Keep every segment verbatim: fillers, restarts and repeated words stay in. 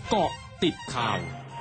เกาะติดข่าว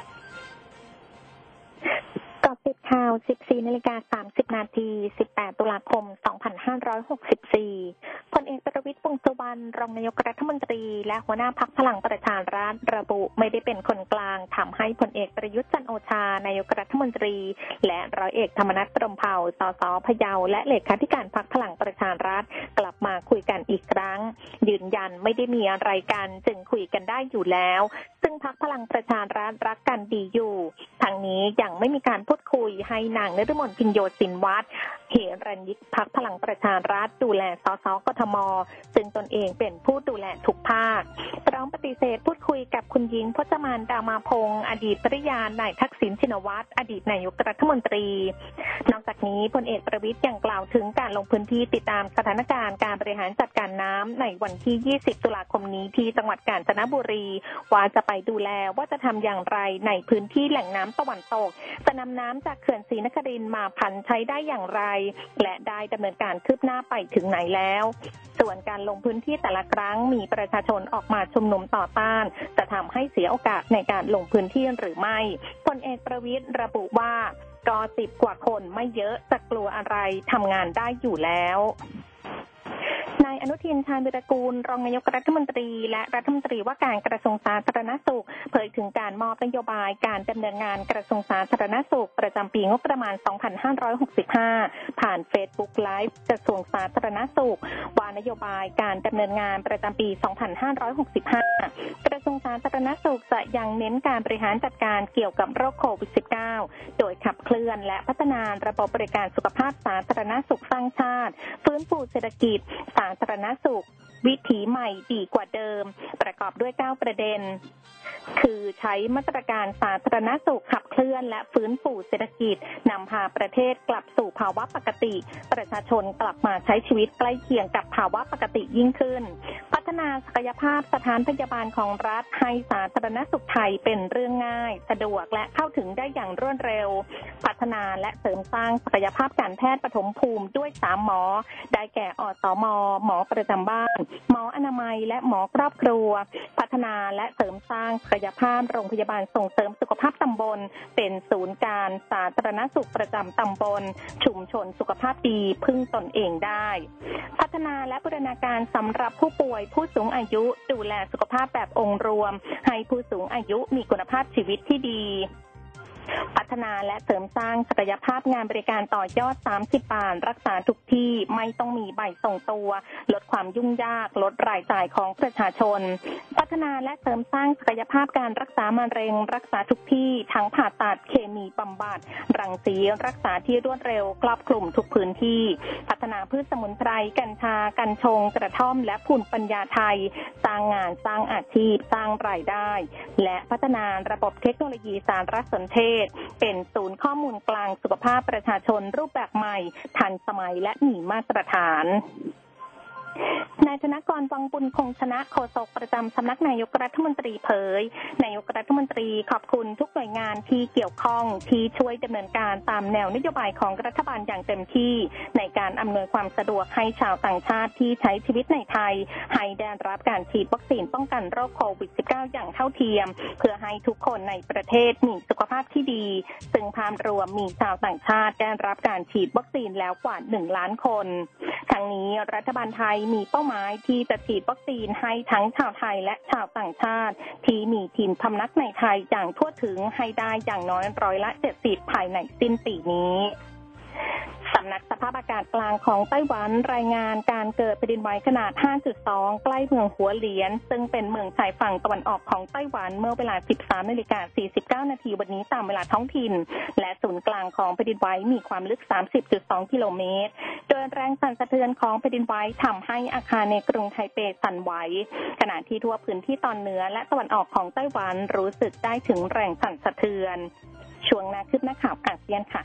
เกาะติดข่าว สิบสี่นาฬิกาสามสิบนาที สิบแปดตุลาคมสองพันห้าร้อยหกสิบสี่พลเอกประวิตร วงษ์สุวรรณรองนายกรัฐมนตรีและหัวหน้าพรรคพลังประชารัฐระบุไม่ได้เป็นคนกลางทำให้พลเอกประยุทธ์จันทร์โอชานายกรัฐมนตรีและร้อยเอกธรรมนัส พรหมเผ่าสสพะเยาและเลขาธิการพรรคพลังประชารัฐกลับมาคุยกันอีกครั้งยืนยันไม่ได้มีอะไรกันจึงคุยกันได้อยู่แล้วซึ่งพรรคพลังประชารัฐรักกันดีอยู่ทางนี้ยังไม่มีการพูดคุยให้นางนฤมล พิญโยสินวัฒน์เหรัญยิกพรรคพลังประชารัฐดูแลสสกทมซึ่งตนเองเป็นผู้ดูแลทุกภาคพร้อมปฏิเสธพูดคุยกับคุณหญิงพจมานดามาพงศ์อดีตภริยานายทักษิณชินวัตรอดีตนายกรัฐมนตรีนอกจากนี้พลเอกประวิตรยังกล่าวถึงการลงพื้นที่ติดตามสถานการณ์การบริหารจัดการน้ำในวันที่ ยี่สิบตุลาคมนี้ที่จังหวัดกาญจนบุรีว่าจะไปดูแลว่าจะทำอย่างไรในพื้นที่แหล่งน้ำตะวันตกจะนำน้ำจากเขื่อนศรีนครินทร์มาพันใช้ได้อย่างไรและได้ดำเนินการคืบหน้าไปถึงไหนแล้วส่วนการลงพื้นที่แต่ละครั้งมีประชาชนออกมาชุมนุมต่อต้านจะทำให้เสียโอกาสในการลงพื้นที่หรือไม่พลเอกประวิตรระบุว่าก็สิบกว่าคนไม่เยอะจะกลัวอะไรทำงานได้อยู่แล้วนายอนุทิน ชาญวิรากูลรองนายกรัฐมนตรีและรัฐมนตรีว่าการกระทรวงสาธารณสุขเผยถึงการมอบนโยบายการดำเนินงานกระทรวงสาธารณสุขประจำปีงบประมาณสองพันห้าร้อยหกสิบห้าผ่าน Facebook Live กระทรวงสาธารณสุขว่านโยบายการดำเนินงานประจำปีสองพันห้าร้อยหกสิบห้ากระทรวงสาธารณสุขจะยังเน้นการบริหารจัดการเกี่ยวกับโรคโควิด สิบเก้า โดยขับเคลื่อนและพัฒนาระบบบริการสุขภาพสาธารณสุขสร้างชาติฟื้นฟูเศรษฐกิจสาธารณสุขวิถีใหม่ดีกว่าเดิมประกอบด้วยเก้าประเด็นคือใช้มาตรการสาธารณสุขขับเคลื่อนและฟื้นฟูเศรษฐกิจนำพาประเทศกลับสู่ภาวะปกติประชาชนกลับมาใช้ชีวิตใกล้เคียงกับภาวะปกติยิ่งขึ้นพัฒนาศักยภาพสถานพยาบาลของรัฐให้สาธารณสุขไทยเป็นเรื่องง่ายสะดวกและเข้าถึงได้อย่างรวดเร็วพัฒนาและเสริมสร้างศักยภาพการแพทย์ปฐมภูมิด้วยสามหมอได้แก่อสม.หมอประจำบ้านหมออนามัยและหมอครอบครัวพัฒนาและเสริมสร้างศักยภาพโรงพยาบาลส่งเสริมสุขภาพตำบลเป็นศูนย์การสาธารณสุขประจำตำบลชุมชนสุขภาพดีพึ่งตนเองได้พัฒนาและบูรณาการสำหรับผู้ป่วยผู้สูงอายุดูแลสุขภาพแบบองค์รวมให้ผู้สูงอายุมีคุณภาพชีวิตที่ดีพัฒนาและเสริมสร้างศักยภาพงานบริการต่อยอดสามสิบบาทรักษาทุกที่ไม่ต้องมีใบส่งตัวลดความยุ่งยากลดรายจ่ายของประชาชนพัฒนาและเสริมสร้างศักยภาพการรักษามะเร็งรักษาทุกที่ทั้งผ่าตัดเคมีบำบัดรังสีรักษาที่รวดเร็วครอบคลุมทุกพื้นที่พัฒนาพืชสมุนไพรกัญชากัญชงกระท่อมและภูมิปัญญาไทยสร้างงานสร้างอาชีพสร้างรายได้และพัฒนาระบบเทคโนโลยีสารสนเทศเป็นศูนย์ข้อมูลกลางสุขภาพประชาชนรูปแบบใหม่ทันสมัยและมีมาตรฐานนายธนกร วังบุญคงชนะโฆษกประจำสำนักนายกรัฐมนตรีเผยนายกรัฐมนตรีขอบคุณทุกหน่วยงานที่เกี่ยวข้องที่ช่วยดำเนินการตามแนวนโยบายของรัฐบาลอย่างเต็มที่ในการอำนวยความสะดวกให้ชาวต่างชาติที่ใช้ชีวิตในไทยให้ได้รับการฉีดวัคซีนป้องกันโรคโควิด สิบเก้า อย่างเท่าเทียมเพื่อให้ทุกคนในประเทศมีสุขภาพที่ดีซึ่งภาพรวมมีชาวต่างชาติได้รับการฉีดวัคซีนแล้วกว่าหนึ่งล้านคนทั้งนี้รัฐบาลไทยมีเป้าหมายที่จะฉีดวัคซีนให้ทั้งชาวไทยและชาวต่างชาติที่มีถิ่นพำนักในไทยอย่างทั่วถึงให้ได้อย่างน้อยร้อยละเจ็ดสิบภายในสิ้นปีนี้สำนักสภาพอากาศกลางของไต้หวันรายงานการเกิดแผ่นดินไหวขนาด ห้าจุดสอง ใกล้เมืองหัวเหลียนซึ่งเป็นเมืองชายฝั่งตะวันออกของไต้หวันเมื่อเวลา สิบสามนาฬิกาสี่สิบเก้านาทีวันนี้ตามเวลาท้องถิ่นและศูนย์กลางของแผ่นดินไหวมีความลึก สามสิบจุดสอง กิโลเมตรโดยแรงสั่นสะเทือนของแผ่นดินไหวทำให้อาคารในกรุงไทเปสั่นไหวขณะที่ทั่วพื้นที่ตอนเหนือและตะวันออกของไต้หวันรู้สึกได้ถึงแรงสั่นสะเทือนช่วงหน้าคืบหน้าข่าวอาเซียนค่ะ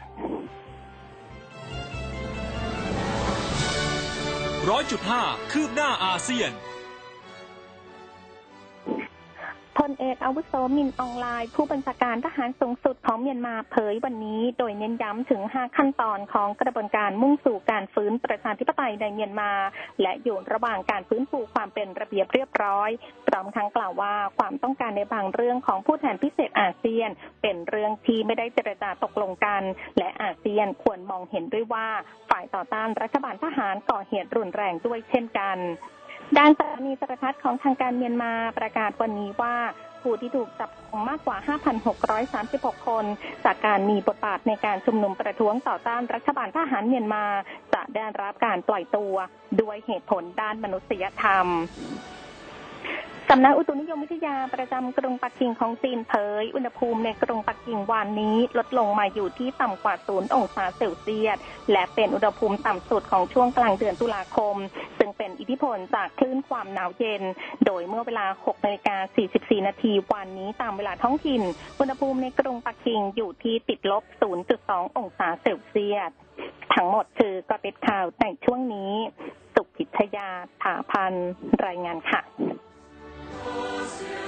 ร้อยจุดห้าคืบหน้าอาเซียนพพลเอกอาวุโสมินอองไลน์ผู้บัญชาการทหารสูงสุดของเมียนมาเผยวันนี้โดยเน้นย้ำถึงห้าขั้นตอนของกระบวนการมุ่งสู่การฟื้นประชาธิปไตยในเมียนมาและอยู่ระหว่างการฟื้นฟูความเป็นระเบียบเรียบร้อยพร้อมทั้งกล่าวว่าความต้องการในบางเรื่องของผู้แทนพิเศษอาเซียนเป็นเรื่องที่ไม่ได้เจรจาตกลงกันและอาเซียนควรมองเห็นด้วยว่าฝ่ายต่อต้านรัฐบาลทหารก่อเหตุรุนแรงด้วยเช่นกันด้านสถานีโทรทัศน์ของทางการเมียนมาประกาศวันนี้ว่าผู้ที่ถูกจับกุมมากกว่า ห้าพันหกร้อยสามสิบหก คนจากการมีบทบาทในการชุมนุมประท้วงต่อต้านรัฐบาลทหารเมียนมาจะได้รับการปล่อยตัวด้วยเหตุผลด้านมนุษยธรรมสำนักอุตุนิยมวิทยาประจำกรุงปักกิ่งของจีนเผยอุณหภูมิในกรุงปักกิ่งวันนี้ลดลงมาอยู่ที่ต่ำกว่าศูนย์องศาเซลเซียสและเป็นอุณหภูมิต่ำสุดของช่วงกลางเดือนตุลาคมซึ่งเป็นอิทธิพลจากคลื่นความหนาวเย็นโดยเมื่อเวลา หกนาฬิกาสี่สิบสี่ นาทีวันนี้ตามเวลาท้องถิ่นอุณหภูมิในกรุงปักกิ่งอยู่ที่ติดลบ ศูนย์จุดสอง องศาเซลเซียสทั้งหมดคือกอติดข่าวในช่วงนี้สุพิชยา ถาพันรายงานค่ะ